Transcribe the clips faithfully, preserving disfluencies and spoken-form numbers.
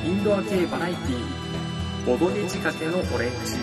インドア系バラエティーボドゲ仕掛けのオレンジ。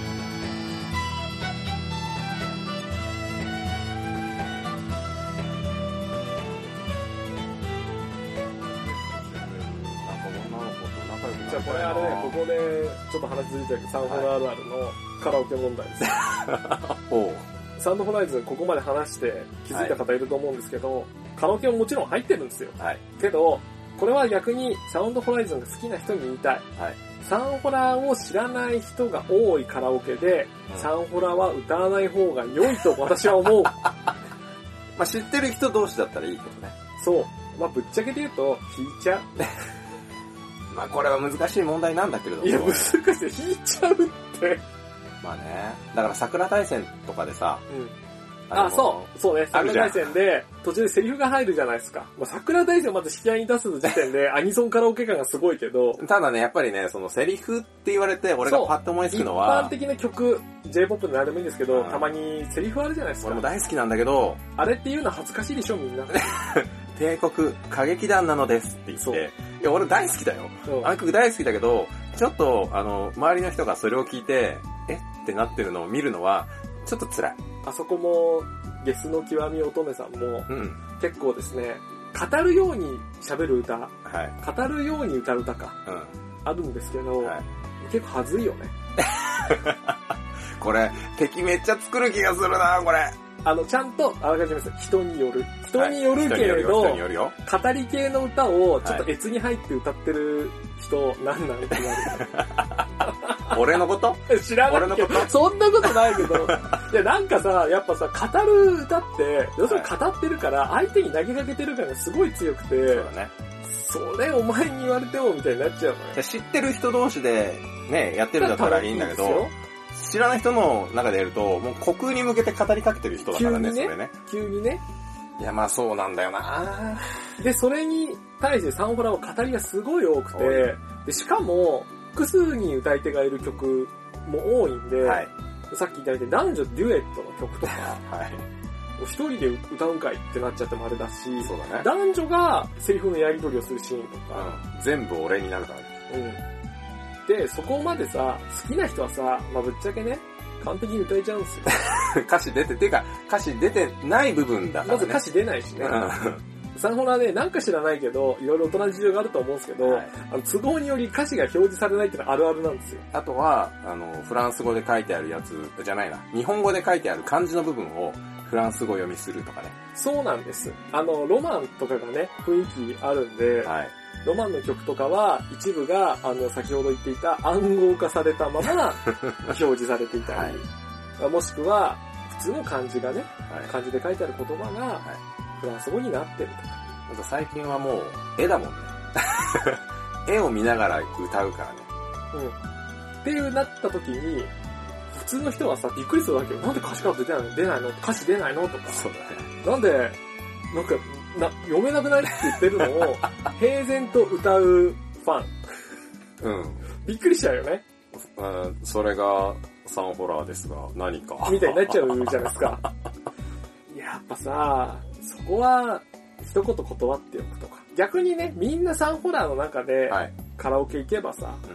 じゃあこれあれね、ここでちょっと話ずれちゃうけど、サンフォラあるあるのカラオケ問題です。 おうサンドホライズンここまで話して気づいた方いると思うんですけど、はい、カラオケももちろん入ってるんですよ。はい、けど、これは逆にサウンドホライズンが好きな人に言いたい。はい、サンホラを知らない人が多いカラオケで、うん、サンホラは歌わない方が良いと私は思う。まあ知ってる人同士だったらいいけどね。 そう。まあぶっちゃけて言うと、弾いちゃう。 まあこれは難しい問題なんだけれども。 いや難しい。弾いちゃうって。 まあね。だから桜大戦とかでさ。うん。 あ, あ、そう。そうね。桜大戦で途中でセリフが入るじゃないですか。まあ、桜大戦をまず引き合いに出す時点でアニソンカラオケ感がすごいけど。 ただね、やっぱりね、そのセリフって言われて俺がパッと思いつくのは。 一般的な曲、J-ポップ で何でもいいんですけど、うん、たまにセリフあるじゃないですか。 俺も大好きなんだけど。 あれっていうのは恥ずかしいでしょ、みんな。 帝国歌劇団なのですって言って。いや、俺大好きだよ。あの曲大好きだけど、ちょっと、あの、周りの人がそれを聞いて、えってなってるのを見るのは、ちょっと辛い。 あそこも、ゲスの極み乙女さんも、うん、結構ですね、語るように喋る歌、はい、語るように歌う歌か、うん、あるんですけど、はい、結構はずいよね。 これ、敵めっちゃ作る気がするな、これ。 あの、ちゃんと、あらかじめ人による。人によるけれど、はい、語り系の歌を、ちょっと越に入って歌ってる人、なんなんってなる。 俺のこと知らないけど、そんなことないけど。いや、なんかさ、やっぱさ、語る歌って、要するに語ってるから、相手に投げかけてる感がすごい強くて、そうだね。それお前に言われてもみたいになっちゃうのよ。 知ってる人同士で、ね、やってるんだったらいいんだけど、知らない人の中でやると、もう虚空に向けて語りかけてる人だからね、 急にねそれね。 急にね。 いや、まあそうなんだよな。 で、それに対してサンホラは語りがすごい多くて、で、しかも、複数に歌い手がいる曲も多いんで、はい、さっき言ったように男女デュエットの曲とか、はい、一人で歌うんかいってなっちゃってもあれだし、そうだね、男女がセリフのやり取りをするシーンとか、 うん、全部俺になるからね。うん。で、そこまでさ、好きな人はさ、まあぶっちゃけね、完璧に歌えちゃうんですよ。 歌詞出て、ていうか、歌詞出てない部分だからね。 まず歌詞出ないしね。サンホラね、なんか知らないけど、いろいろ大人の事情があると思うんですけど、はい、あの都合により歌詞が表示されないっていうのはあるあるなんですよ。 あとは、あの、フランス語で書いてあるやつ、じゃないな、日本語で書いてある漢字の部分をフランス語読みするとかね。 そうなんです。あの、ロマンとかがね、雰囲気あるんで、はい、ロマンの曲とかは一部が、あの、先ほど言っていた暗号化されたまま表示されていたり、はい、もしくは、普通の漢字がね、はい、漢字で書いてある言葉が、はいフランス語になってるとか。最近はもう絵だもんね。絵を見ながら歌うからね。 うん。っていうなった時に、普通の人はさ、びっくりするわけよ。なんで歌詞カード出ないの出ないの歌詞出ないのとか。そうだね。なんで、なんか、な、読めなくないって言ってるのを、平然と歌うファン。うん。びっくりしちゃうよね。 うん、それがサンホラーですが、何か。 みたいになっちゃうじゃないですか。やっぱさ、そこは一言断っておくとか。逆にね、みんなサンホラーの中でカラオケ行けばさ、はいうん、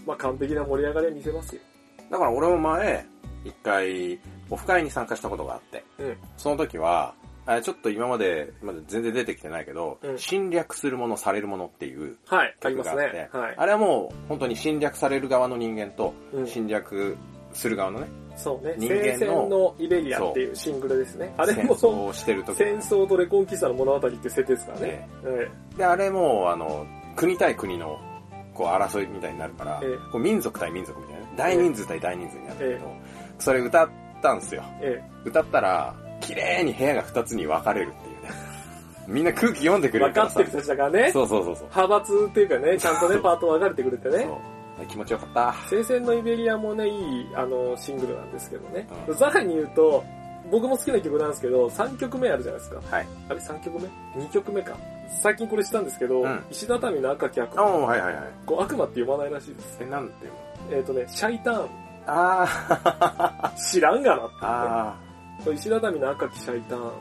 まあ完璧な盛り上がりを見せますよ。 だから俺も前、一回、オフ会に参加したことがあって、うん、その時は、ちょっと今まで、まだ全然出てきてないけど、うん、侵略するものされるものっていう曲があって、はい、ありますね。はい、あれはもう本当に侵略される側の人間と、侵略する側のね、 そうね。人間の聖戦のイベリアっていうシングルですね。あれも戦争してる時戦争とレコンキスタの物語っていう設定ですからね。ねええ、で、あれもあの国対国のこう争いみたいになるから、ええ、こう民族対民族みたいな、大人数対大人数になるんだけど、ええ、それ歌ったんですよ。ええ、歌ったら綺麗に部屋が二つに分かれるっていうね。みんな空気読んでくれるからさ。 分かってる人たちだからね。そうそうそうそう。派閥っていうかね、ちゃんとねパート分かれてくれてね。そう気持ちよかった。 聖戦のイベリアもね、いい、あの、シングルなんですけどね。うん、さらに言うと、僕も好きな曲なんですけど、さんきょくめあるじゃないですか。はい。あれさんきょくめ ?に 曲目か。最近これしたんですけど、うん、石畳の赤き悪魔。 はいはいはい。 こう悪魔って読まないらしいです。 え、なんて読むえっ、ー、とね、シャイターン。 あー。 知らんがなって、ね。あー。石畳の赤きシャイターンっていう。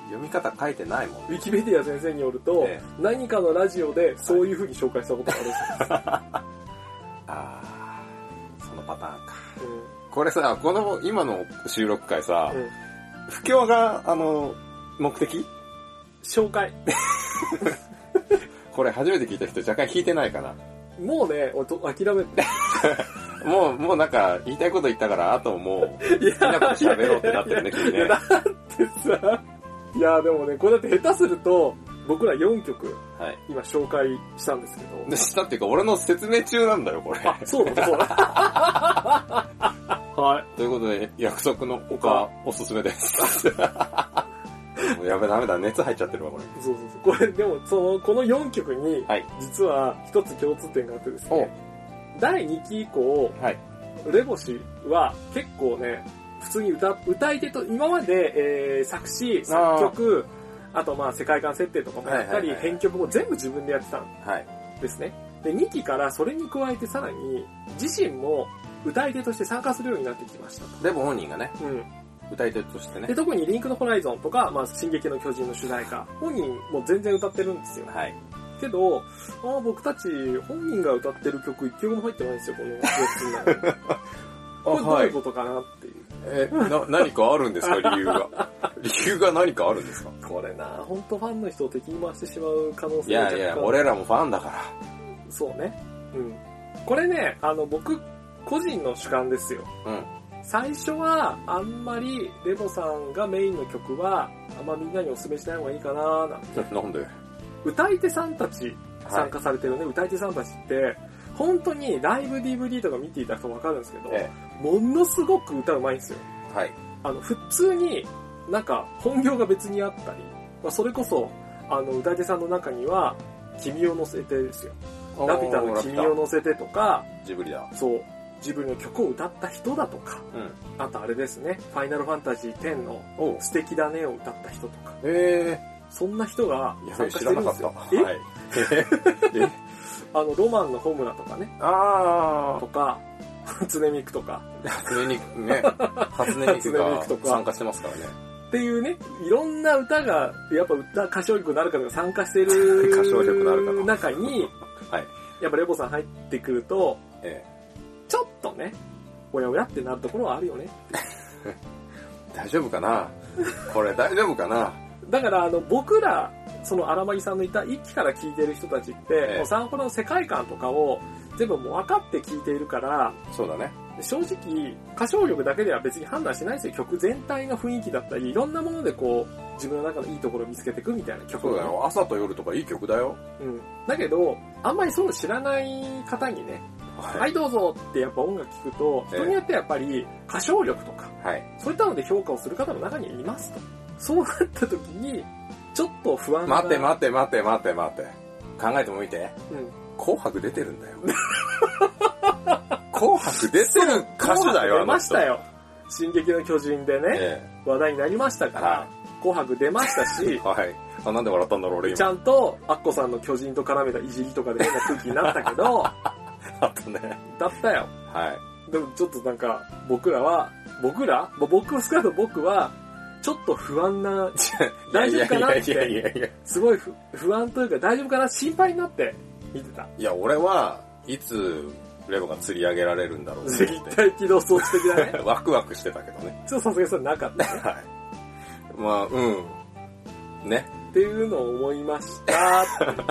読み方書いてないもん、 ウィキペディア先生によると、ええ、何かのラジオでそういう風に紹介したことがあるんです。 ああ、そのパターンか。うん、これさ、この今の収録回さ、うん、不況が、あの、目的？ 紹介。 これ初めて聞いた人若干引いてないかな。 もうね、諦めて。 もう、もうなんか、言いたいこと言ったから、あともう、好きなこと喋ろうってなってるね、君ね。 だってさ、いやでもね、これだって下手すると、僕らよんきょく、はい、今紹介したんですけど。 したっていうか、俺の説明中なんだよ、これ。 あ、そうだ、そうだ。はい。 ということで、約束の丘、おすすめです。もうやべ、ダメだ、熱入っちゃってるわ、これ。 そうそうそう。これ、でも、その、このよんきょくに、はい、実は一つ共通点があってですね、だいにき以降、はい、レボシは結構ね、普通に歌、歌い手と、今まで、えー、作詞、作曲、あとまあ世界観設定とかもやったり、はいはいはい、編曲も全部自分でやってたんですね。で、にきからそれに加えてさらに、自身も歌い手として参加するようになってきましたと。 レボ本人がね。うん。歌い手としてね。 で、特にリンクのホライゾンとか、まあ、進撃の巨人の主題歌、本人も全然歌ってるんですよ。はい。けど、あ僕たち本人が歌ってる曲一曲も入ってないんですよ、このやつに。これどういうことかなっていう。 え、な、何かあるんですか、理由が。理由が何かあるんですか。 これな、本当ファンの人を敵に回してしまう可能性が。いやいや、俺らもファンだから。 そうね。うん。これね、あの、僕、個人の主観ですよ。うん。最初は、あんまり、レボさんがメインの曲は、あんまみんなにお勧めしない方がいいかななんて。 なんで？ 歌い手さんたち、参加されてるね、はい、歌い手さんたちって、本当にライブ ディーブイディー とか見ていた人わかるんですけど、ええ、ものすごく歌うまいんですよ。はい。あの、普通になんか本業が別にあったり、まあ、それこそ、あの、歌い手さんの中には、君を乗せてですよ。ラピュタの君を乗せてとか、 ジブリだ。 そう。ジブリの曲を歌った人だとか、うん、あとあれですね、ファイナルファンタジーテンの素敵だねを歌った人とか。 へー。そんな人が参加してるんですよ。 えー、知らなかった。 ええあの、ロマンのホムラとかね。あー。とか、初音ミクとか。 初音ミクね。初音ミクが参加してますからね。 っていうね、いろんな歌が、やっぱ歌、歌唱力のある方が参加してる歌唱力のある方中に、はい。やっぱレボさん入ってくると、ええ、ちょっとね、おやおやってなるところはあるよね。 大丈夫かなこれ大丈夫かなだからあの、僕ら、その荒牧さんのいた一期から聴いてる人たちって、ええ、もうサンフロの世界観とかを全部もう分かって聴いているから、 そうだね。 正直、歌唱力だけでは別に判断しないですよ。曲全体の雰囲気だったり、いろんなものでこう、自分の中のいいところを見つけていくみたいな曲。 そうだよ。朝と夜とかいい曲だよ。 うん。だけど、あんまりそう知らない方にね、はい、はい、どうぞってやっぱ音楽聴くと、人によってやっぱり歌唱力とか、はい、そういったので評価をする方も中にはいますと。そうなった時に、ちょっと不安な。 待って待って待って待って待って。考えてもみて。うん。紅白出てるんだよ。紅白出てる歌手だよ。 出ましたよ。進撃の巨人でね、ええ、話題になりましたから、はい、紅白出ましたし、 はい。あ、なんで笑ったんだろう俺今。 ちゃんと、アッコさんの巨人と絡めたいじりとかで変な空気になったけど、 あったね。 だったよ。はい。でもちょっとなんか、僕らは、僕ら僕を少なくとも僕は、ちょっと不安な、大丈夫かなって、すごい不安というか大丈夫かな心配になって見てた。 いや、俺はいつレボが釣り上げられるんだろうって。 絶対起動装置的だね。 ワクワクしてたけどね。 ちょっとさすがにそれなかったね。はい。 まあ、うん。ね。 っていうのを思いました。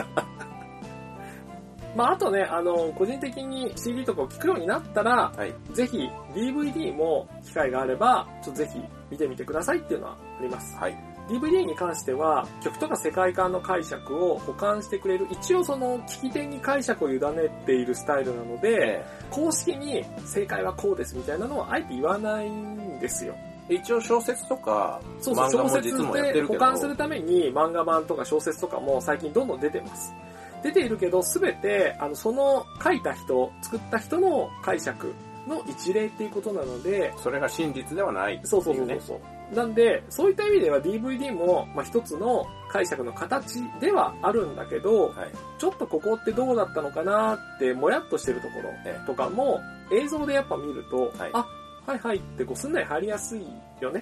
まあ、あとね、あの、個人的に シーディー とかを聴くようになったら、はい、ぜひ ディーブイディー も機会があれば、ちょっとぜひ見てみてくださいっていうのはあります。はい、ディーブイディー に関しては、曲とか世界観の解釈を補完してくれる、一応その聴き手に解釈を委ねているスタイルなので、公式に正解はこうですみたいなのはあえて言わないんですよ。 一応小説とか、 そうそう、小説で補完するために漫画版とか小説とかも最近どんどん出てます。出ているけど、すべて、あの、その書いた人、作った人の解釈の一例っていうことなので、 それが真実ではない、ね。 そうそうそうそう。なんで、そういった意味では ディーブイディー も、まあ、一つの解釈の形ではあるんだけど、はい、ちょっとここってどうだったのかなって、もやっとしてるところとかも、映像でやっぱ見ると、はい、あ、はいはいってこうすんなり入りやすいよね。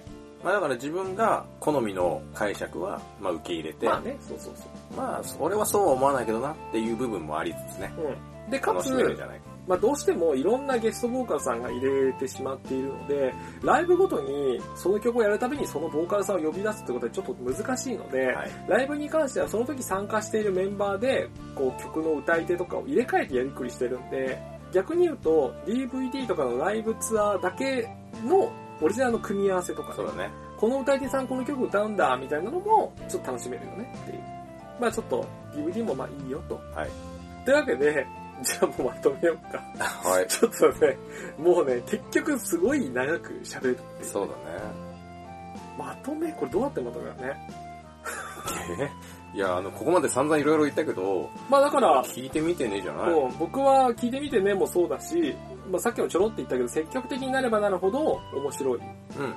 まあだから自分が好みの解釈は、まあ受け入れて。 まあね、そうそうそう。 まあ、俺はそうは思わないけどなっていう部分もありつつね。 うん。で、かつ、まあどうしてもいろんなゲストボーカルさんが入れてしまっているので、ライブごとにその曲をやるたびにそのボーカルさんを呼び出すってことはちょっと難しいので、はい、ライブに関してはその時参加しているメンバーで、こう曲の歌い手とかを入れ替えてやりくりしてるんで、逆に言うと ディーブイディー とかのライブツアーだけのオリジナルの組み合わせとか、ね、 そうだね。 この歌い手さんこの曲歌うんだみたいなのもちょっと楽しめるよねっていう。まあちょっと ディーブイディー もまあいいよと。 はい。 というわけで、じゃあもうまとめようか。 はい。 ちょっとね、もうね、結局すごい長く喋るっていう。 そうだね。 まとめこれどうやってまとめるね。 いや、あの、ここまで散々いろいろ言ったけど、 まあだから、 聞いてみてねじゃない？ もう僕は聞いてみてねもそうだし、まあさっきもちょろって言ったけど、積極的になればなるほど面白い。うん。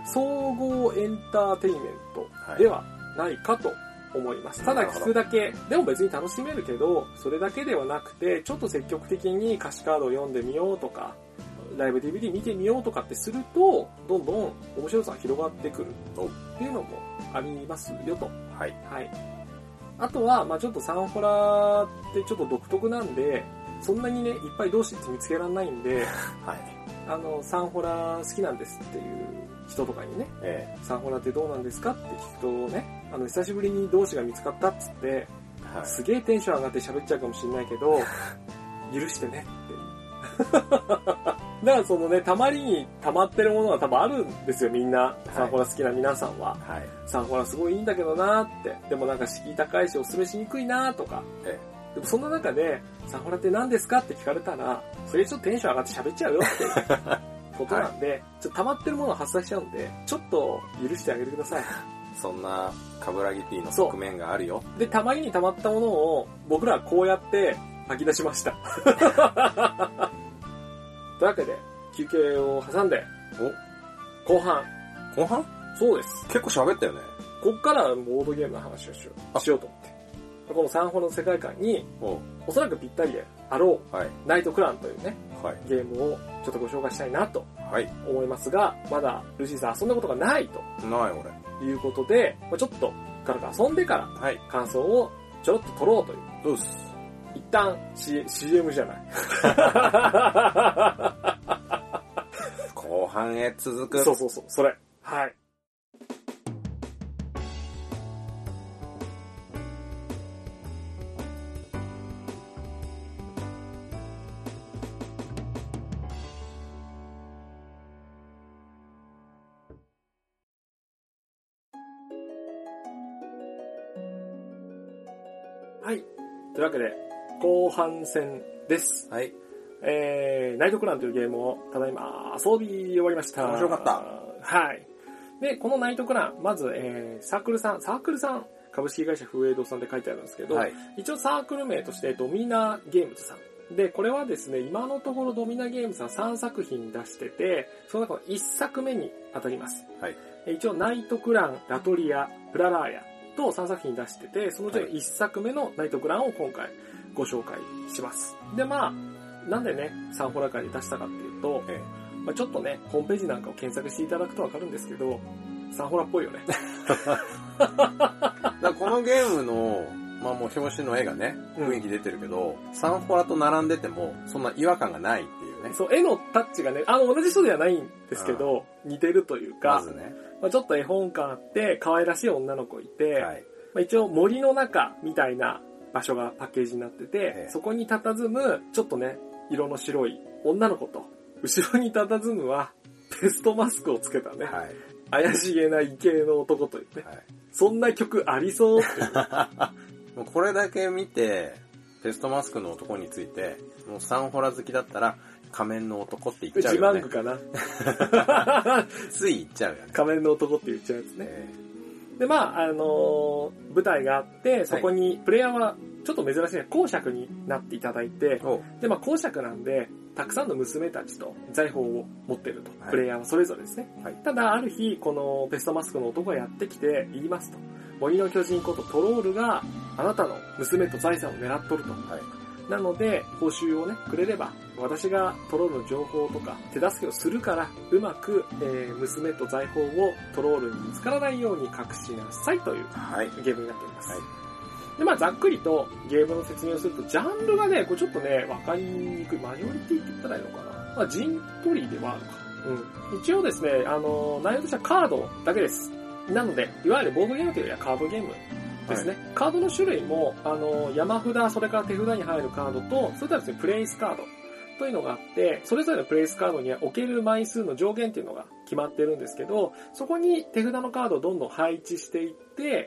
総合エンターテインメントではないかと思います。はい、ただ聞くだけでも別に楽しめるけど、それだけではなくて、ちょっと積極的に歌詞カードを読んでみようとか、ライブ ディーブイディー 見てみようとかってすると、どんどん面白さが広がってくるっていうのもありますよと。 はい。 はい。あとは、まあちょっとサンホラってちょっと独特なんで、そんなにね、いっぱい同士って見つけられないんで、 はい。 あの、サンホラ好きなんですっていう人とかにね、ええ、サンホラってどうなんですかって聞くとね、あの、久しぶりに同士が見つかったっつって、はい、すげえテンション上がって喋っちゃうかもしれないけど、許してねっていう。だからそのね、たまりに溜まってるものは多分あるんですよ、みんな。サンホラ好きな皆さんは。はい、サンホラすごいいいんだけどなーって。でもなんか敷居高いしおすすめしにくいなーとか。ええ、でもそんな中で、サンホラって何ですかって聞かれたら、それちょっとテンション上がって喋っちゃうよっていうことなんで、はい、ちょっと溜まってるものを発散しちゃうんで、ちょっと許してあげてください。そんな、カブラギ P の側面があるよ。 で、たまりに溜まったものを、僕らはこうやって吐き出しました。というわけで、休憩を挟んで、お後半。 後半？ そうです。 結構喋ったよね。 こっからボードゲームの話をしよう、しようと思って。このサンホラの世界観に、お, おそらくぴったりであろう、はい、ナイトクランというね、はい、ゲームをちょっとご紹介したいなと思いますが、はい、まだルシーさん遊んだことがないと。 ない俺。 いうことで、まあ、ちょっとガラガラ遊んでから、感想をちょろっと取ろうという。 どうです。 一旦、C、シーエム じゃない。 後半へ続く。 そうそうそう、それ。はい。はい。というわけで、後半戦です。 はい。 えー、ナイトクランというゲームをただいま遊び終わりました。 面白かった。 はい。で、このナイトクラン、まず、えー、サークルさん、サークルさん、株式会社フーエイドさんで書いてあるんですけど、はい、一応サークル名としてドミナゲームズさん。で、これはですね、今のところドミナゲームズさんさんさく品出してて、その中のいっさくめに当たります。はい。一応ナイトクラン、ラトリア、プララーヤとさんさく品出してて、そのうちのいっさくめのナイトクランを今回ご紹介します。で、まあ、なんでね、サンホラ会で出したかっていうと、ええ、まあ、ちょっとね、ホームページなんかを検索していただくとわかるんですけど、サンホラっぽいよね。 だこのゲームの、まあもう表紙の絵がね、雰囲気出てるけど、うん、サンホラと並んでても、そんな違和感がないっていうね。 そう、絵のタッチがね、あの、同じ人ではないんですけど、似てるというか、 まずね、 まあ、ちょっと絵本感あって、可愛らしい女の子いて、はい、まあ、一応森の中みたいな場所がパッケージになってて、ええ、そこに佇む、ちょっとね、色の白い女の子と、後ろに佇むは、ペストマスクをつけたね、はい、怪しげな異形の男というね、はい、そんな曲ありそうっていう。 もうこれだけ見て、ペストマスクの男について、もうサンホラ好きだったら、仮面の男って言っちゃうよね。 自慢句かな。 つい言っちゃうよね。 仮面の男って言っちゃうやつね。えー、で、まあ、あのー、舞台があって、そこに、プレイヤーは、ちょっと珍しい公爵になっていただいて、で、まあ、公爵なんで、たくさんの娘たちと財宝を持ってると。はい、プレイヤーはそれぞれですね。はい、ただ、ある日、このペストマスクの男がやってきて言いますと。森の巨人ことトロールがあなたの娘と財産を狙っとると。はい、 なので、報酬をね、くれれば、私がトロールの情報とか手助けをするから、うまく、えー、娘と財宝をトロールに見つからないように隠しなさいというゲームになっております。はい、で、まあざっくりとゲームの説明をすると、ジャンルがね、これちょっとね、わかりにくい。マジョリティって言ったらいいのかな。まあ陣取りではあるか。うん。一応ですね、あの、内容としてはカードだけです。なので、いわゆるボードゲームというよりはカードゲームですね。はい、カードの種類も、あの、山札、それから手札に入るカードと、それからですね、プレイスカードというのがあって、それぞれのプレイスカードには置ける枚数の上限っていうのが決まってるんですけど、そこに手札のカードをどんどん配置していって、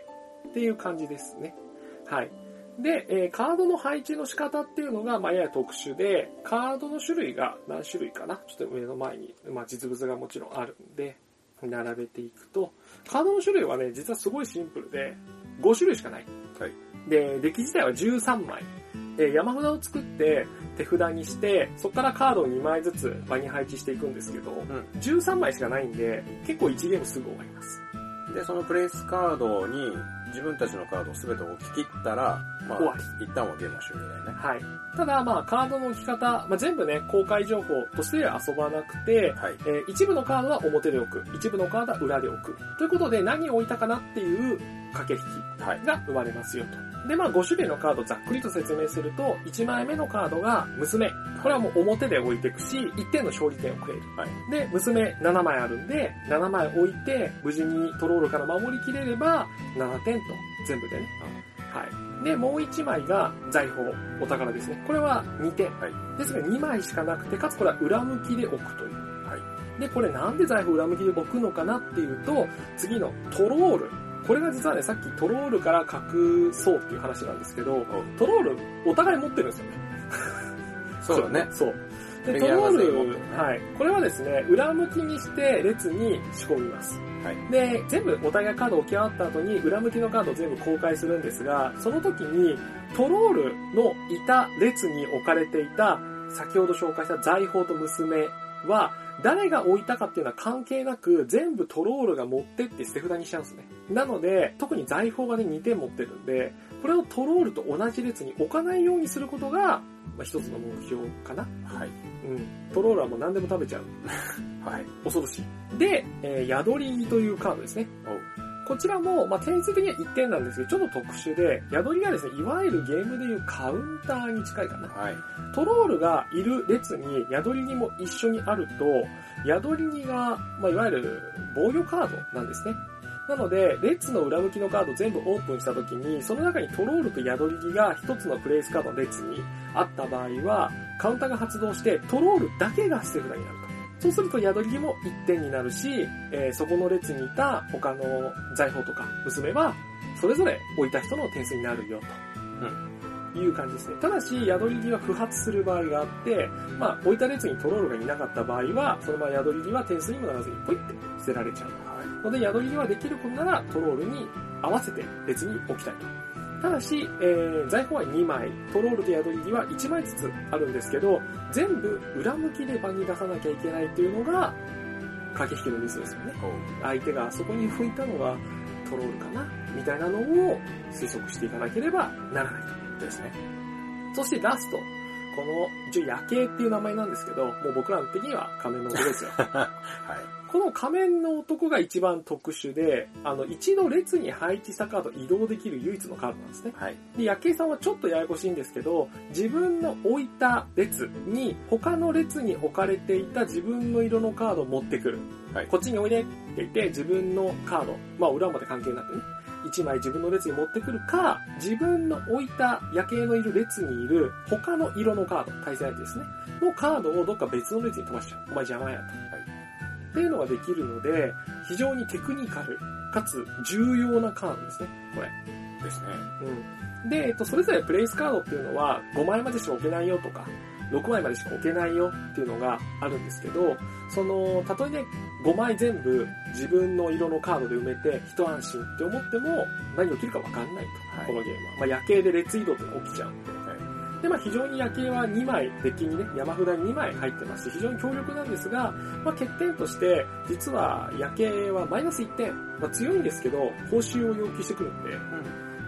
っていう感じですね。はい。で、えー、カードの配置の仕方っていうのが、まあ、やや特殊で、カードの種類が何種類かな？ちょっと上の前に、まあ、実物がもちろんあるんで、並べていくと、カードの種類はね、実はすごいシンプルで、ご種類しかない。はい。で、デッキ自体はじゅうさんまい。で、山札を作って手札にして、そこからカードをにまいずつ場に配置していくんですけど、うん、じゅうさんまいしかないんで、結構いちゲームすぐ終わります。 で、そのプレイスカードに自分たちのカードを全て置き切ったら、まあ、終わり。一旦はゲームは終了だよね。 はい。ただ、まあ、カードの置き方、まあ、全部ね、公開情報としては遊ばなくて、はい、えー、一部のカードは表で置く、一部のカードは裏で置く。ということで、何を置いたかなっていう駆け引きが生まれますよと。はい、で、まあ、ご種類のカードざっくりと説明すると、いちまいめのカードが娘。これはもう表で置いていくし、いってんの勝利点をくれる。はい、で、娘ななまいあるんで、ななまい置いて、無事にトロールから守りきれれば、ななてんと、全部でね。はい。で、もういちまいが財宝、お宝ですね。これはにてん。はい、ですがにまいしかなくて、かつこれは裏向きで置くという。はい。で、これなんで財宝裏向きで置くのかなっていうと、次のトロール。これが実はね、さっきトロールから隠そうっていう話なんですけど、トロールお互い持ってるんですよね。 そうだね。 そう。で、トロール、はい。これはですね、裏向きにして列に仕込みます。はい。で、全部お互いカードを置き終わった後に裏向きのカードを全部公開するんですが、その時にトロールのいた列に置かれていた、先ほど紹介した財宝と娘は、誰が置いたかっていうのは関係なく、全部トロールが持ってって捨て札にしちゃうんですね。なので、特に財宝がね、にてん持ってるんで、これをトロールと同じ列に置かないようにすることが、まあ、一つの目標かな。はい。うん。トロールはもう何でも食べちゃう。はい。恐ろしい。で、えー、宿りというカードですね。こちらも、まあ、点数的にはいってんなんですけど、ちょっと特殊で、宿りがですね、いわゆるゲームでいうカウンターに近いかな。はい。トロールがいる列に宿りにも一緒にあると、宿りにが、まあ、いわゆる防御カードなんですね。なので、列の裏向きのカード全部オープンしたときに、その中にトロールと宿り木が一つのプレイスカードの列にあった場合は、カウンターが発動してトロールだけが捨て札になると。そうすると宿り木もいってんになるし、えー、そこの列にいた他の財宝とか娘は、それぞれ置いた人の点数になるよと。うん。いう感じですね。ただし、宿り木は不発する場合があって、まあ、置いた列にトロールがいなかった場合は、そのまま宿り木は点数にもならずにポイって捨てられちゃう。ので、宿り木はできることならトロールに合わせて列に置きたいと。ただし、えー、財宝はにまい、トロールと宿り木はいちまいずつあるんですけど、全部裏向きで場に出さなきゃいけないというのが、駆け引きのミスですよね。相手がそこに吹いたのがトロールかなみたいなのを推測していかなければならないとですね。そしてラスト。この、一応夜景っていう名前なんですけど、もう僕ら的には仮面の男ですよ。はい。この仮面の男が一番特殊で、あの、一度列に配置したカード移動できる唯一のカードなんですね。はい。で、夜景さんはちょっとややこしいんですけど、自分の置いた列に、他の列に置かれていた自分の色のカードを持ってくる。はい。こっちにおいでって言って、自分のカード、まあ裏まで関係なくね。一枚自分の列に持ってくるか、自分の置いた夜景のいる列にいる他の色のカード、対戦相手ですね。のカードをどっか別の列に飛ばしちゃう。お前邪魔やと。はい。っていうのができるので、非常にテクニカル、かつ重要なカードですね、これ。 ですね。 うん。で、えっと、それぞれプレイスカードっていうのはごまいまでしか置けないよとか、ろくまいまでしか置けないよっていうのがあるんですけど、その、たとえね、ごまい全部自分の色のカードで埋めて一安心って思っても何が起きるか分かんないと、はい、このゲームは。まあ、夜景で列移動ってのが起きちゃうんで。はい、で、まあ非常に夜景はにまい、デッキにね、山札ににまい入ってますし、非常に強力なんですが、まあ欠点として、実は夜景はマイナスいってん。まあ強いんですけど、報酬を要求してくるんで、うん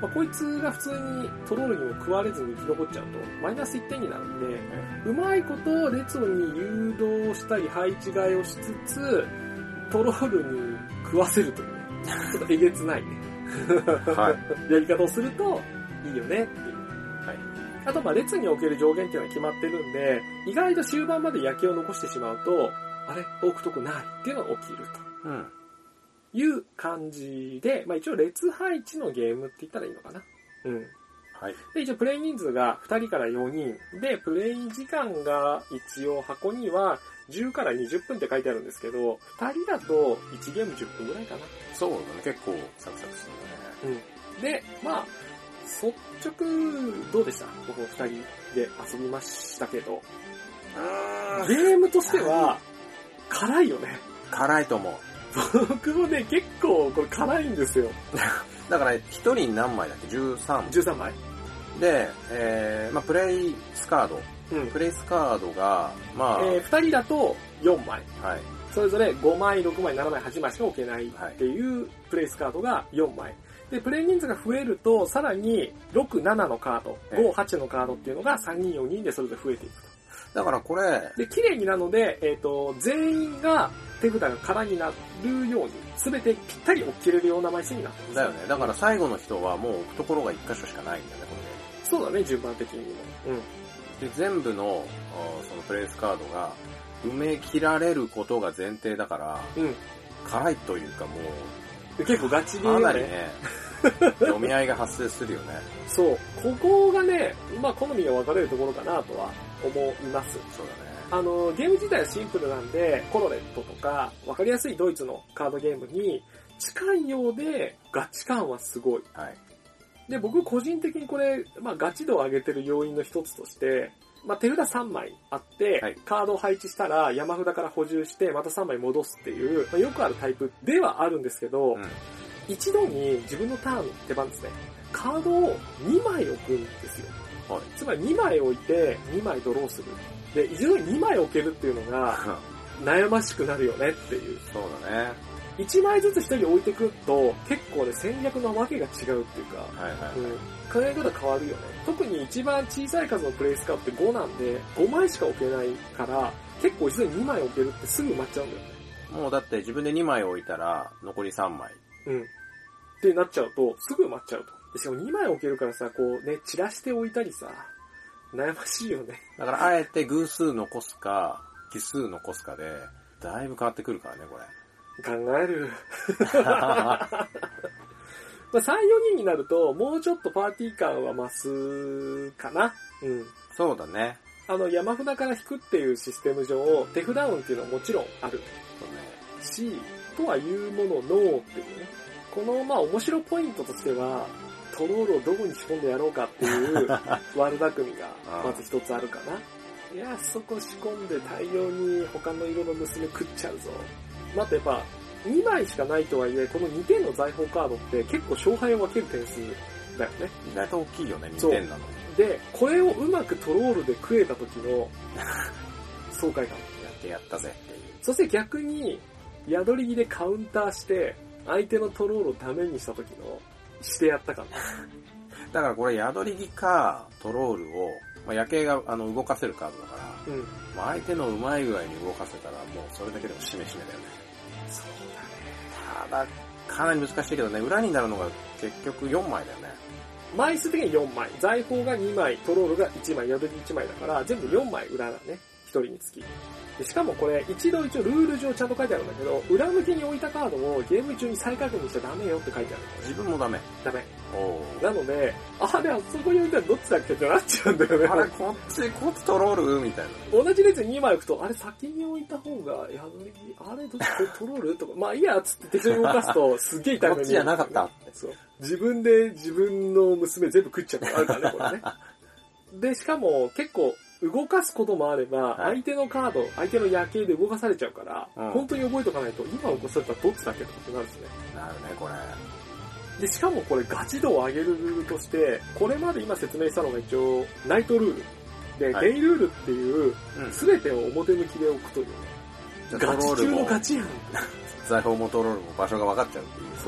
まあ、こいつが普通にトロールにも食われずに生き残っちゃうとマイナスいってんになるんで、うまいこと列に誘導したり配置換えをしつつトロールに食わせるというね、ちょっとえげつないね、はい、やり方をするといいよねっていう。はい、あとまあ列における上限っていうのは決まってるんで、意外と終盤まで焼けを残してしまうと、あれ置くとこないっていうのが起きると。うんいう感じで、まあ一応列配置のゲームって言ったらいいのかな。うん。はい。で、一応プレイ人数がふたりからよにん。で、プレイ時間が一応箱にはじゅうからにじゅっぷんって書いてあるんですけど、ふたりだといちゲームじゅっぷんぐらいかな。 そうだね。結構サクサクするね。 うん。で、まあ、率直、どうでした？僕もふたりで遊びましたけど。ゲームとしては、辛いよね。 辛いと思う。 僕もね、結構これ辛いんですよ。 だから一人何枚だっけ ?じゅうさんじゅうさんまいで、えー、まあプレイスカード。うん、プレイスカードが、まあ、 えー、ふたりだとよんまい。 はい。 それぞれごまい、ろくまい、ななまい、はちまいしか置けないっていうプレイスカードがよんまい。で、プレイ人数が増えると、さらにろく、ななのカード、ご、はちのカードっていうのがさんにん、よにんでそれぞれ増えていくと。 だからこれ、 で、綺麗になるので、えっと、全員が手札が空になるように、すべてぴったり置きれるような枚数になってます。 だよね。だから最後の人はもう置くところがいっ箇所しかないんだよね、これ。 そうだね、順番的にも。 うん。で、全部の、そのプレイスカードが埋め切られることが前提だから、うん。辛いというかもう、結構ガチで、 ね。かなりね、読み合いが発生するよね。 そう。ここがね、まあ好みが分かれるところかなとは思います。 そうだね。 あの、ゲーム自体はシンプルなんで、コロレットとか、分かりやすいドイツのカードゲームに近いようで、ガチ感はすごい。はい。で、僕個人的にこれ、まあガチ度を上げてる要因の一つとして、まあ手札さんまいあって、はい、カードを配置したら山札から補充して、またさんまい戻すっていう、まあ、よくあるタイプではあるんですけど、うん、一度に自分のターン、手番ですね、カードをにまい置くんですよ。はい。つまりにまい置いて、にまいドローする。で、一度ににまい置けるっていうのが、悩ましくなるよねっていう。 そうだね。 いちまいずつひとり置いてくと、結構ね、戦略のわけが違うっていうか、はいはいはい、うん、考え方変わるよね。特に一番小さい数のプレイスカードってごなんで、ごまいしか置けないから、結構一度ににまい置けるってすぐ埋まっちゃうんだよね。 もうだって自分でにまい置いたら、残りさんまい。 うん。ってなっちゃうと、すぐ埋まっちゃうと。でしかもにまい置けるからさ、こうね、散らして置いたりさ、悩ましいよね。 だからあえて偶数残すか、奇数残すかで、だいぶ変わってくるからね、これ。 考える。まあさん、よにんになると、もうちょっとパーティー感は増すかな。うん。 そうだね。 あの、山札から引くっていうシステム上、手札運っていうのはもちろんある。そうね。し、とはいうものの、っていうね。この、まあ面白ポイントとしては、トロールをどこに仕込んでやろうかっていう悪巧みがまず一つあるかな。いや、そこ仕込んで大量に他の色の娘食っちゃうぞ。またやっぱにまいしかないとはいえ、このにてんの財宝カードって結構勝敗を分ける点数だよね。 意外と大きいよね、にてんなの。 で、これをうまくトロールで食えた時の爽快感。 やってやったぜっていう。 そして逆に、宿り木でカウンターして、相手のトロールをダメにした時のしてやったかな。 だからこれ宿り木かトロールを、まあ、夜景があの動かせるカードだから、うん、まあ、相手のうまい具合に動かせたらもうそれだけでもしめしめだよね。 そうだね。ただかなり難しいけどね、裏になるのが結局よんまいだよね。 枚数的によんまい、財宝がにまい、トロールがいちまい、宿り木いちまいだから全部よんまい裏だね、ひとりにつき。でしかもこれ一度一応ルール上ちゃんと書いてあるんだけど、裏向きに置いたカードをゲーム中に再確認しちゃダメよって書いてある。 自分もダメ。 ダメ。なので、あれ、あそこに置いたらどっちだっけってなっちゃうんだよね。 あれ、こっち、こっちトロールみたいな。同じ列ににまい置くと、あれ先に置いた方が、宿り木、あれどっちトロールとか、まあいいやつって手順動かすと、すっげえ痛い目に。 こっちじゃなかったって。 そう。自分で自分の娘全部食っちゃうことあるからね、これね。で、しかも結構、動かすこともあれば、相手のカード、相手の夜景で動かされちゃうから、うん、本当に覚えとかないと、今起こされたらどっちだっけってなるんですね。 なるね、これ。 で、しかもこれガチ度を上げるルールとして、これまで今説明したのが一応、ナイトルール。で、はい、デイルールっていう、すべ、うん、てを表向きで置くという、ね。ガチ中のガチやん。 財宝もトロールも場所が分かっちゃうっていう。 そう。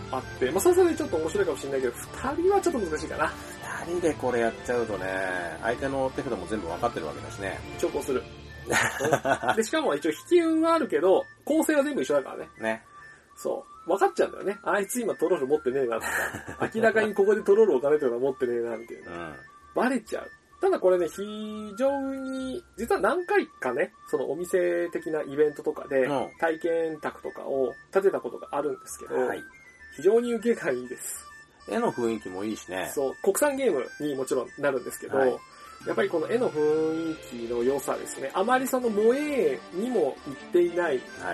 あって、まあ、それそれでちょっと面白いかもしれないけど、二人はちょっと難しいかな。 二人でこれやっちゃうとね、相手の手札も全部分かってるわけだしね。 長考する。で、しかも一応引き運はあるけど、構成は全部一緒だからね。 ね。 そう。分かっちゃうんだよね。あいつ今トロール持ってねえなとか、明らかにここでトロール置かれてるの持ってねえな、みたいな。うん。バレちゃう。ただこれね、非常に、実は何回かね、そのお店的なイベントとかで、体験宅とかを立てたことがあるんですけど、はい、非常に受けがいいです。 絵の雰囲気もいいしね。 そう、国産ゲームにもちろんなるんですけど、はい、やっぱりこの絵の雰囲気の良さですね。あまりその萌えにもいっていないし、はい、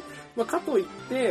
まあ、かといって、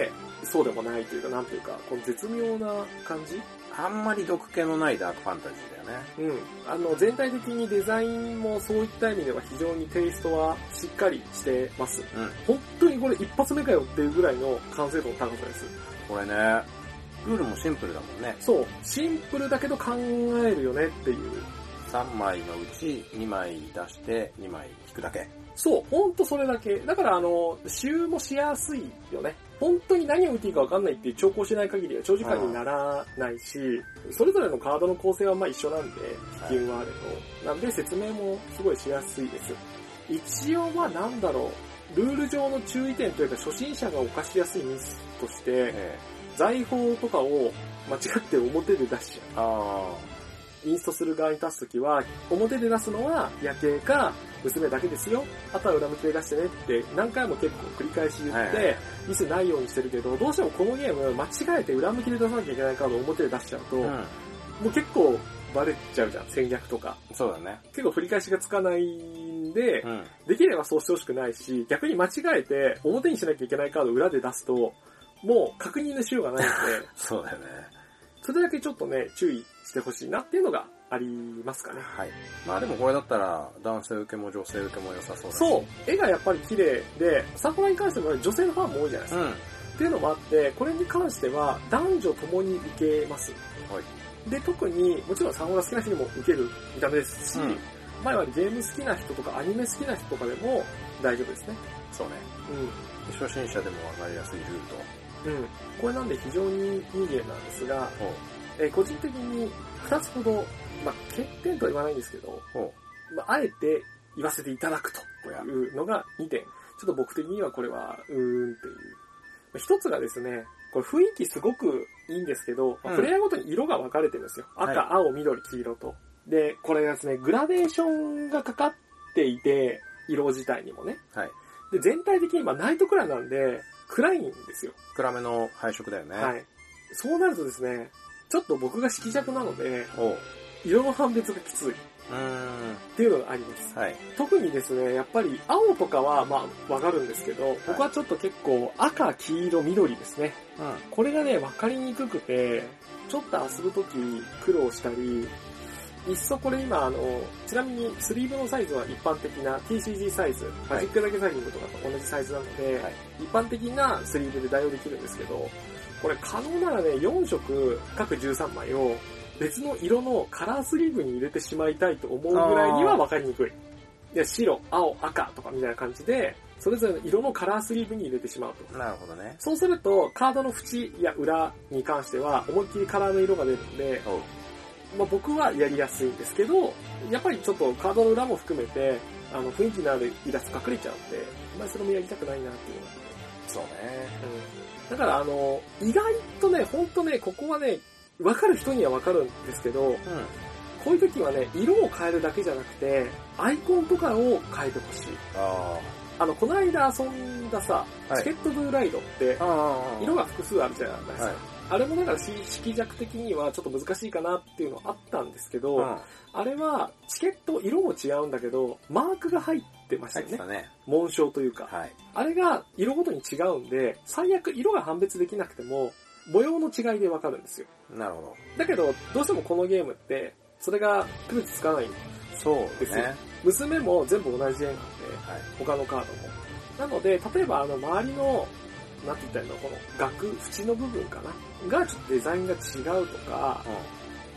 そうでもないというか、なんというか、この絶妙な感じ。 あんまり毒気のないダークファンタジーだよね。 うん。あの、全体的にデザインもそういった意味では非常にテイストはしっかりしてます。うん。本当にこれ一発目かよっていうぐらいの完成度の高さです。 これね、ルールもシンプルだもんね。 そう。シンプルだけど考えるよねっていう。 さんまいのうちにまい出してにまい引くだけ。 そう。ほんとそれだけ。だからあの、使もしやすいよね。本当に何を打っていいか分かんないっていう長考しない限りは長時間にならないし、うん、それぞれのカードの構成はまあ一緒なんで、引き運はあれと。なんで説明もすごいしやすいです。一応はなんだろう、ルール上の注意点というか初心者が犯しやすいミスとして、ええ、財宝とかを間違って表で出しちゃう。あインストする側に立つときは、表で出すのは夜景か娘だけですよ。あとは裏向きで出してねって何回も結構繰り返し言って、はいはい、ミスないようにしてるけど、どうしてもこのゲーム間違えて裏向きで出さなきゃいけないカードを表で出しちゃうと、うん、もう結構バレちゃうじゃん、戦略とか。 そうだね。 結構振り返しがつかないんで、うん、できればそうしてほしくないし、逆に間違えて表にしなきゃいけないカードを裏で出すと、もう確認のしようがないんで、 そうだよね。 それだけちょっとね、注意してほしいなっていうのがありますかね。 はい。まあでもこれだったら、男性受けも女性受けも良さそうだし。 そう。絵がやっぱり綺麗で、サフォラに関しても女性のファンも多いじゃないですか。うん。っていうのもあって、これに関しては男女ともに受けます。はい。で、特に、もちろんサフォラ好きな人にも受ける見た目ですし、うん、前はゲーム好きな人とかアニメ好きな人とかでも大丈夫ですね。 そうね。うん。初心者でもわかりやすいルールと。 うん。これなんで非常にいいゲームなんですが、えー、個人的にふたつほど、まあ、欠点とは言わないんですけど、まあ、あえて言わせていただくというのがにてん。ちょっと僕的にはこれは、うーんっていう。一つがですね、これ雰囲気すごくいいんですけど、うん、プレイヤーごとに色が分かれてるんですよ。赤、はい、青、緑、黄色と。で、これですね、グラデーションがかかっていて、色自体にもね。はい。で、全体的に今ナイトクラなんで、暗いんですよ。 暗めの配色だよね。 はい。そうなるとですね、ちょっと僕が色弱なので、色の判別がきつい。うーんっていうのがあります。はい。特にですね、やっぱり青とかはまあわかるんですけど、はい、僕はちょっと結構赤、黄色、緑ですね。うん。これがね、わかりにくくて、ちょっと遊ぶとき苦労したり、いっそこれ今あの、ちなみにスリーブのサイズは一般的な ティーシージー サイズ、マジックだけサイズとかと同じサイズなので、はい、一般的なスリーブで代用できるんですけど、これ可能ならね、よん色各じゅうさんまいを別の色のカラースリーブに入れてしまいたいと思うぐらいには分かりにくい。いや、白、青、赤とかみたいな感じで、それぞれの色のカラースリーブに入れてしまうと。 なるほどね。 そうすると、カードの縁や裏に関しては思いっきりカラーの色が出るんで、まあ、僕はやりやすいんですけど、やっぱりちょっとカードの裏も含めて、あの、雰囲気のあるイラスト隠れちゃうんで、あんまりそれもやりたくないなっていうのがあって。 そうね。 うん。だからあの、意外とね、ほんとね、ここはね、わかる人にはわかるんですけど、うん、こういう時はね、色を変えるだけじゃなくて、アイコンとかを変えてほしい。ああの、この間遊んださ、はい、チケットブーライドって、色が複数あるじゃないですか。はい、あれもだから色弱的にはちょっと難しいかなっていうのあったんですけど、うん、あれはチケット色も違うんだけど、マークが入ってましたよね。入ってたね。紋章というか、はい。あれが色ごとに違うんで、最悪色が判別できなくても、模様の違いでわかるんですよ。 なるほど。 だけど、どうしてもこのゲームって、それが区別つかないんそうですね。 娘も全部同じ絵なんで、はい、他のカードも。なので、例えばあの周りの、なんて言ったらいいの、この額、縁の部分かながちょっとデザインが違うとか、うん、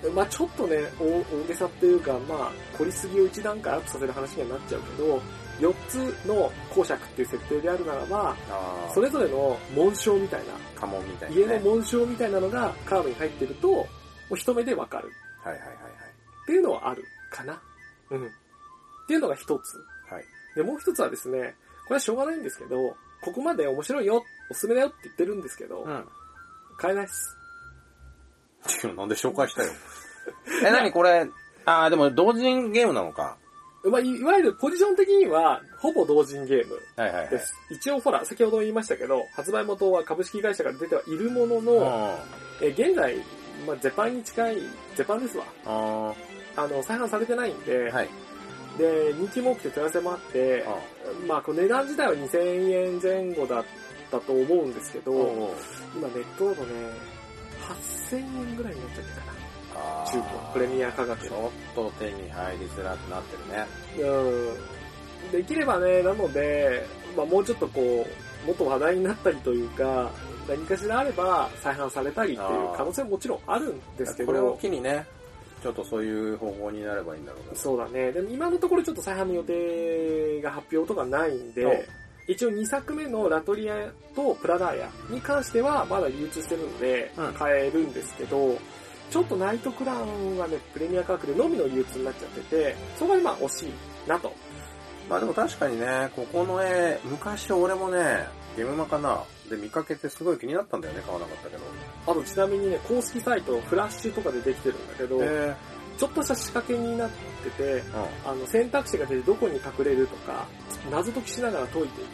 まあちょっとね、大大げさっていうか、まあ凝りすぎを一段階アップさせる話にはなっちゃうけど、よっつの公爵っていう設定であるならば、それぞれの紋章みたいな、 家紋みたいな、ね、 家の紋章みたいなのがカードに入ってると、もう一目でわかる。 はいはいはいはい。 っていうのはあるかな。うん。っていうのが一つ。 はい。 で、もう一つはですね、これはしょうがないんですけど、ここまで面白いよ、おすすめだよって言ってるんですけど、うん、買えないっす。 なんで紹介したよ。え、なにこれ、あーでも同人ゲームなのか。 まあ、い, いわゆるポジション的には、ほぼ同人ゲームです。はいはいはい、一応ほら、先ほど言いましたけど、発売元は株式会社から出てはいるものの、え現在、まあ、ゼパンに近い、ゼパンですわ。ああの、再販されてないんで、はい、で、人気も多くて手合わせもあって、あまあ、この値段自体はにせんえんぜん後だったと思うんですけど、今ネットだとね、はっせんえんぐらいになっちゃってかな。中古、プレミア価格で。 ちょっと手に入りづらくなってるね。 うん。できればね、なので、まあもうちょっとこう、もっと話題になったりというか、何かしらあれば再販されたりっていう可能性ももちろんあるんですけど。 これを機にね、ちょっとそういう方法になればいいんだろうな。 そうだね。でも今のところちょっと再販の予定が発表とかないんで、一応にさくめのラトリアとプラダーヤに関してはまだ流通してるので、買えるんですけど、うん、ちょっとナイトクラウンはね、プレミア価格でのみの流通になっちゃってて、そこにまあ惜しいなと。 まあでも確かにね、ここの絵、昔俺もね、ゲームマかなで見かけてすごい気になったんだよね、買わなかったけど。 あとちなみにね、公式サイト、フラッシュとかでできてるんだけど、ちょっとした仕掛けになってて、うん、あの選択肢が出てどこに隠れるとか、謎解きしながら解いていって、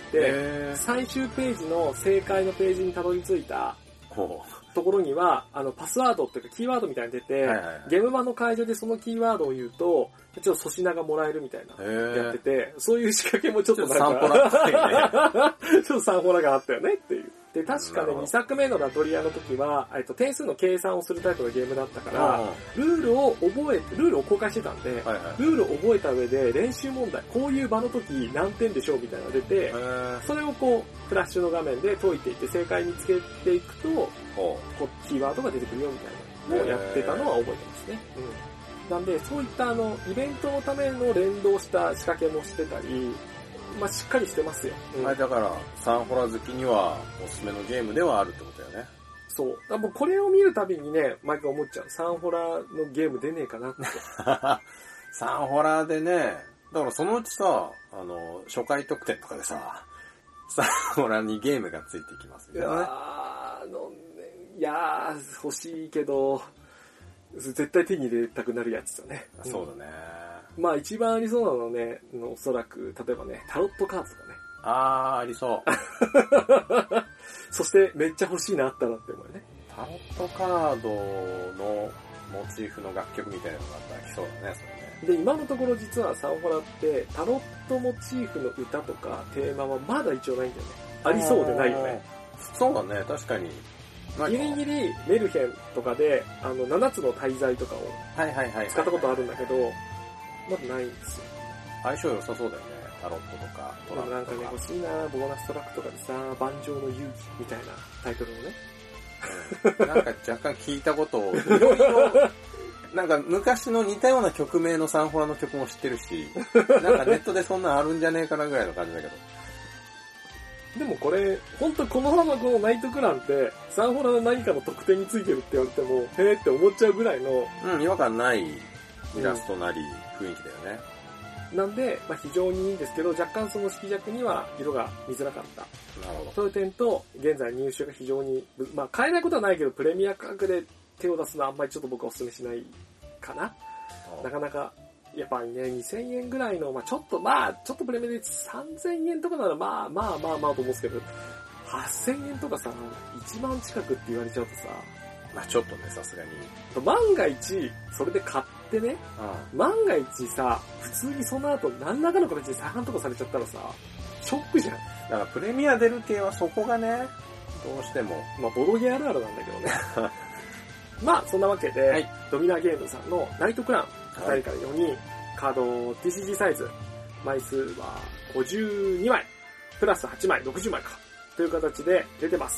最終ページの正解のページにたどり着いたところには、あのパスワードっていうかキーワードみたいに出て、はいはいはい、ゲーム版の会場でそのキーワードを言うと、ちょっと粗品がもらえるみたいなやってて、そういう仕掛けもちょっとなんか、サンホラっぽいね。ちょっとサンホラがあったよねっていう。で、確かね、にさくめのラトリアの時は、えっと、点数の計算をするタイプのゲームだったから、ルールを覚え、ルールを公開してたんで、はいはい、ルールを覚えた上で練習問題、こういう場の時何点でしょうみたいなのが出て、それをこう、フラッシュの画面で解いていって正解につけていくと、こう、キーワードが出てくるよみたいなのをやってたのは覚えてますね。うん。なんで、そういったあの、イベントのための連動した仕掛けもしてたり、まあ、しっかりしてますよ。 うん、だから、サンホラ好きにはおすすめのゲームではあるってことだよね。 そう。だからもうこれを見るたびにね、毎回思っちゃう。サンホラのゲーム出ねえかなって。 サンホラでね、だからそのうちさ、あの、初回特典とかでさ、サンホラにゲームがついてきますよね。いやー、 あのね、いやー、欲しいけど、絶対手に入れたくなるやつだね。 そうだね。 うん、まあ一番ありそうなのね、おそらく、例えばね、タロットカードとかね。 あー、ありそう。 そしてめっちゃ欲しいな、あったらって思うね。 タロットカードのモチーフの楽曲みたいなのがあったら来そうだね、それね。 で、今のところ実はサンホラってタロットモチーフの歌とかテーマはまだ一応ないんだよね。ありそうでないよね。 そうだね、確かに。 ギリギリメルヘンとかで、あの、ななつの大罪とかを使ったことあるんだけど、まだないんですよ。 相性良さそうだよね、タロットとか。 でもなんかね、欲しいな、ボーナストラックとかでさ、盤上の遊戯みたいなタイトルのね。 うん、なんか若干聞いたことを、いろいろ、なんか昔の似たような曲名のサンホラの曲も知ってるし、なんかネットでそんなんあるんじゃねえかなぐらいの感じだけど。 でもこれ、ほんとこのままこのナイトクランって、サンホラの何かの特典についてるって言われても、へーって思っちゃうぐらいの。 うん、違和感ないイラストなり雰囲気だよね。 うん、なんで、まあ非常にいいんですけど、若干その色弱には色が見づらかった。 なるほど。 そういう点と、現在入手が非常に、まあ買えないことはないけど、プレミア価格で手を出すのはあんまりちょっと僕はお勧めしないかな。なかなか、やっぱりね、にせんえんぐらいの、まあちょっと、まあちょっとプレミアでさんぜんえんとかなら、まあまあまあまあと思うんですけど、はっせんえんとかさ、いちまん近くって言われちゃうとさ、 まあちょっとね、さすがに。 万が一、それで買ってね、うん、万が一さ、普通にその後何らかの形で再販とかされちゃったらさ、ショックじゃん。だからプレミア出る系はそこがね、どうしても。 まあボドゲあるあるなんだけどね。まあそんなわけで、はい、ドミナーゲームさんのナイトクラウン、ふたりからよにん、カード ティーシージー サイズ、枚数はごじゅうにまい、プラスはちまい、ろくじゅうまいか、という形で出てます。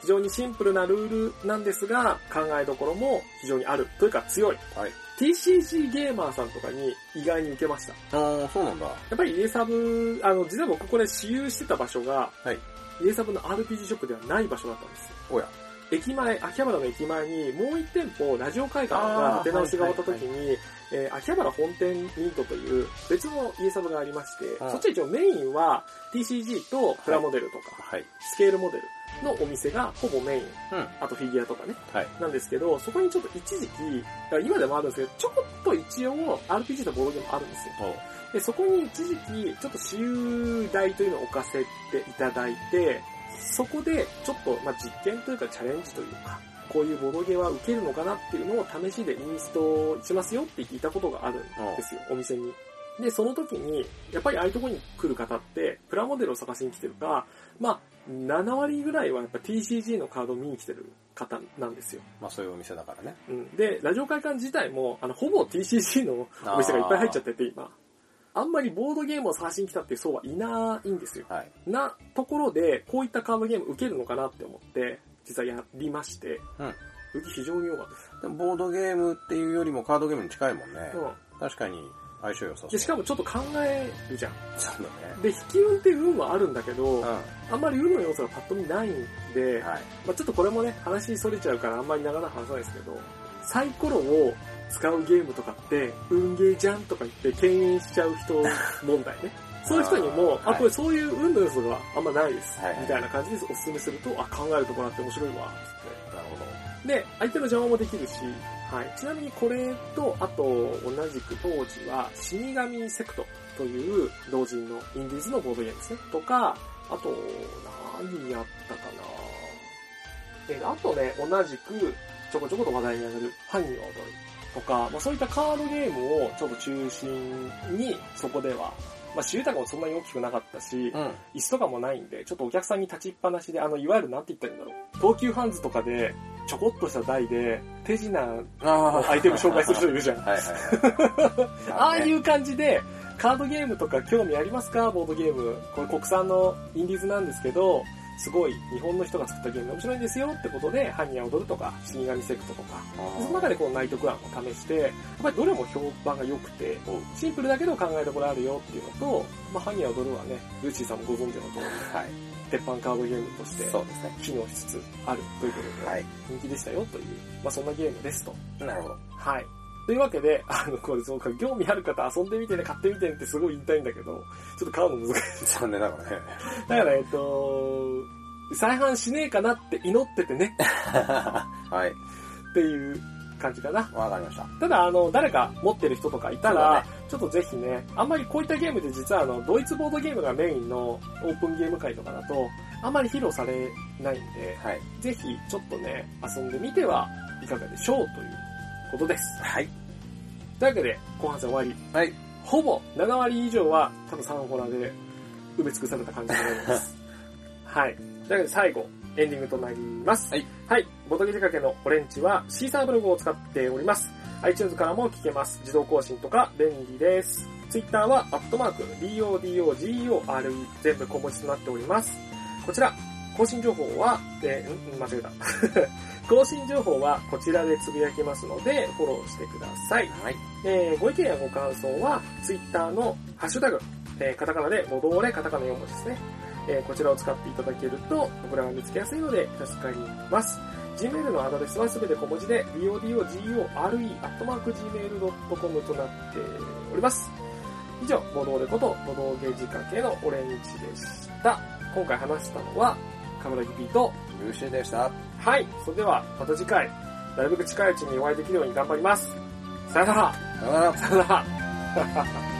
非常にシンプルなルールなんですが、考えどころも非常にある。というか強い。はい。ティーシージー ゲーマーさんとかに意外に受けました。 ああ、そうなんだ。 やっぱりイエサブ、あの、実は僕これ私有してた場所が、はい。イエサブの アールピージー ショップではない場所だったんですよ。 おや。 駅前、秋葉原の駅前にもう一店舗ラジオ会館が出直しが終わった時に、はいはいはい、えー、秋葉原本店ミートという別のイエサブがありまして、そっちは一応メインは ティーシージー とプラモデルとか、はい、スケールモデルのお店がほぼメイン、うん、あとフィギュアとかね、はい、なんですけど、そこにちょっと一時期、今でもあるんですけど、ちょこっと一応 アールピージー とボードゲームあるんですよ。で、そこに一時期ちょっと私有代というのを置かせていただいて、そこでちょっと、まあ、実験というかチャレンジというか、こういうボードゲーは受けるのかなっていうのを試しでインストしますよって聞いたことがあるんですよ、お店に。で、その時に、やっぱりああいうとこに来る方って、プラモデルを探しに来てるか、まあ、なな割ぐらいはやっぱ ティーシージー のカードを見に来てる方なんですよ。 まあそういうお店だからね。 うん。で、ラジオ会館自体も、あの、ほぼ ティーシージー のお店がいっぱい入っちゃってて、今。あんまりボードゲームを探しに来たっていう層はいないんですよ。はい。なところで、こういったカードゲーム受けるのかなって思って、実はやりまして、うん。受け非常に良かったです。 でもボードゲームっていうよりもカードゲームに近いもんね。うん。確かに相性良さそう。 で、しかもちょっと考えるじゃん。 そうだね。 で、引き運って運はあるんだけど、うん、あんまり運の要素がパッと見ないんで、はい、まあちょっとこれもね、話それちゃうからあんまり長々話さないですけど、サイコロを使うゲームとかって、運ゲーじゃんとか言って敬遠しちゃう人問題ね。そういう人にも、あ、はい、これそういう運の要素があんまないです。はいはい、みたいな感じでお勧めすると、あ、考えるところあって面白いわ、つって。なるほど。で、相手の邪魔もできるし、はい。ちなみにこれと、あと、同じく当時は、死神セクトという同人のインディーズのボードゲームですね。とか、あと、何やったかなえ、あとね、同じく、ちょこちょこと話題に上がる、ハニーは踊るとか、まあそういったカードゲームをちょっと中心に、そこでは、まあ、私有高もそんなに大きくなかったし、うん、椅子とかもないんで、ちょっとお客さんに立ちっぱなしで、あの、いわゆるなんて言ったらいいんだろう。東急ハンズとかで、ちょこっとした台で、手品のアイテム紹介する人いるじゃん。はいはいはい、ああいう感じで、カードゲームとか興味ありますか？ボードゲーム。これ国産のインディーズなんですけど、すごい日本の人が作ったゲームが面白いんですよってことで、ハニーや踊るとか、死神セクトとか、その中でこのナイトクランを試して、やっぱりどれも評判が良くて、シンプルだけど考えどころあるよっていうのと、まあ、ハニーや踊るはね、ルーシーさんもご存知の通り、はい、鉄板カードゲームとして、そうですね、機能しつつあるということで、はい、人気でしたよという、まあそんなゲームですと。 なるほど。 はい。というわけで、あの、これ、そうか、興味ある方遊んでみてね、買ってみてねってすごい言いたいんだけど、ちょっと買うの難しい。 残念だからね。 だから、えっと、再販しねえかなって祈っててね。 はい。 っていう感じかな。 わかりました。 ただ、あの、誰か持ってる人とかいたら、ね、ちょっとぜひね、あんまりこういったゲームで実はあの、ドイツボードゲームがメインのオープンゲーム会とかだと、あんまり披露されないんで、はい、ぜひちょっとね、遊んでみてはいかがでしょうということです。はい。というわけで、後半戦終わり。はい。ほぼなな割以上は多分サンホラで埋め尽くされた感じになります。はい。というわけで最後、エンディングとなります。はい。はい。ボトゲ仕掛けのオレンジはシーサーブログを使っております。iTunes からも聞けます。自動更新とか便利です。Twitter はアットマーク、ドドゴー、全部小文字となっております。こちら、更新情報は、えー、ん間違えた。更新情報はこちらでつぶやきますので、フォローしてください。はい。えー、ご意見やご感想は、Twitter のハッシュタグ、えー、カタカナで、ボドオレ、カタカナよん文字ですね。えー、こちらを使っていただけると、僕らが見つけやすいので助かります。Gmail のアドレスはすべて小文字で、ドドゴー、アットマーク、ジーメールドットコム となっております。以上、ボドオレこと、ボドゲ仕掛けのオレンジでした。今回話したのは、カムラギピーと、 ルーシーでした。 はい。それでは、また次回、なるべく近いうちにお会いできるように頑張ります。さよなら。 さよなら。 さよなら。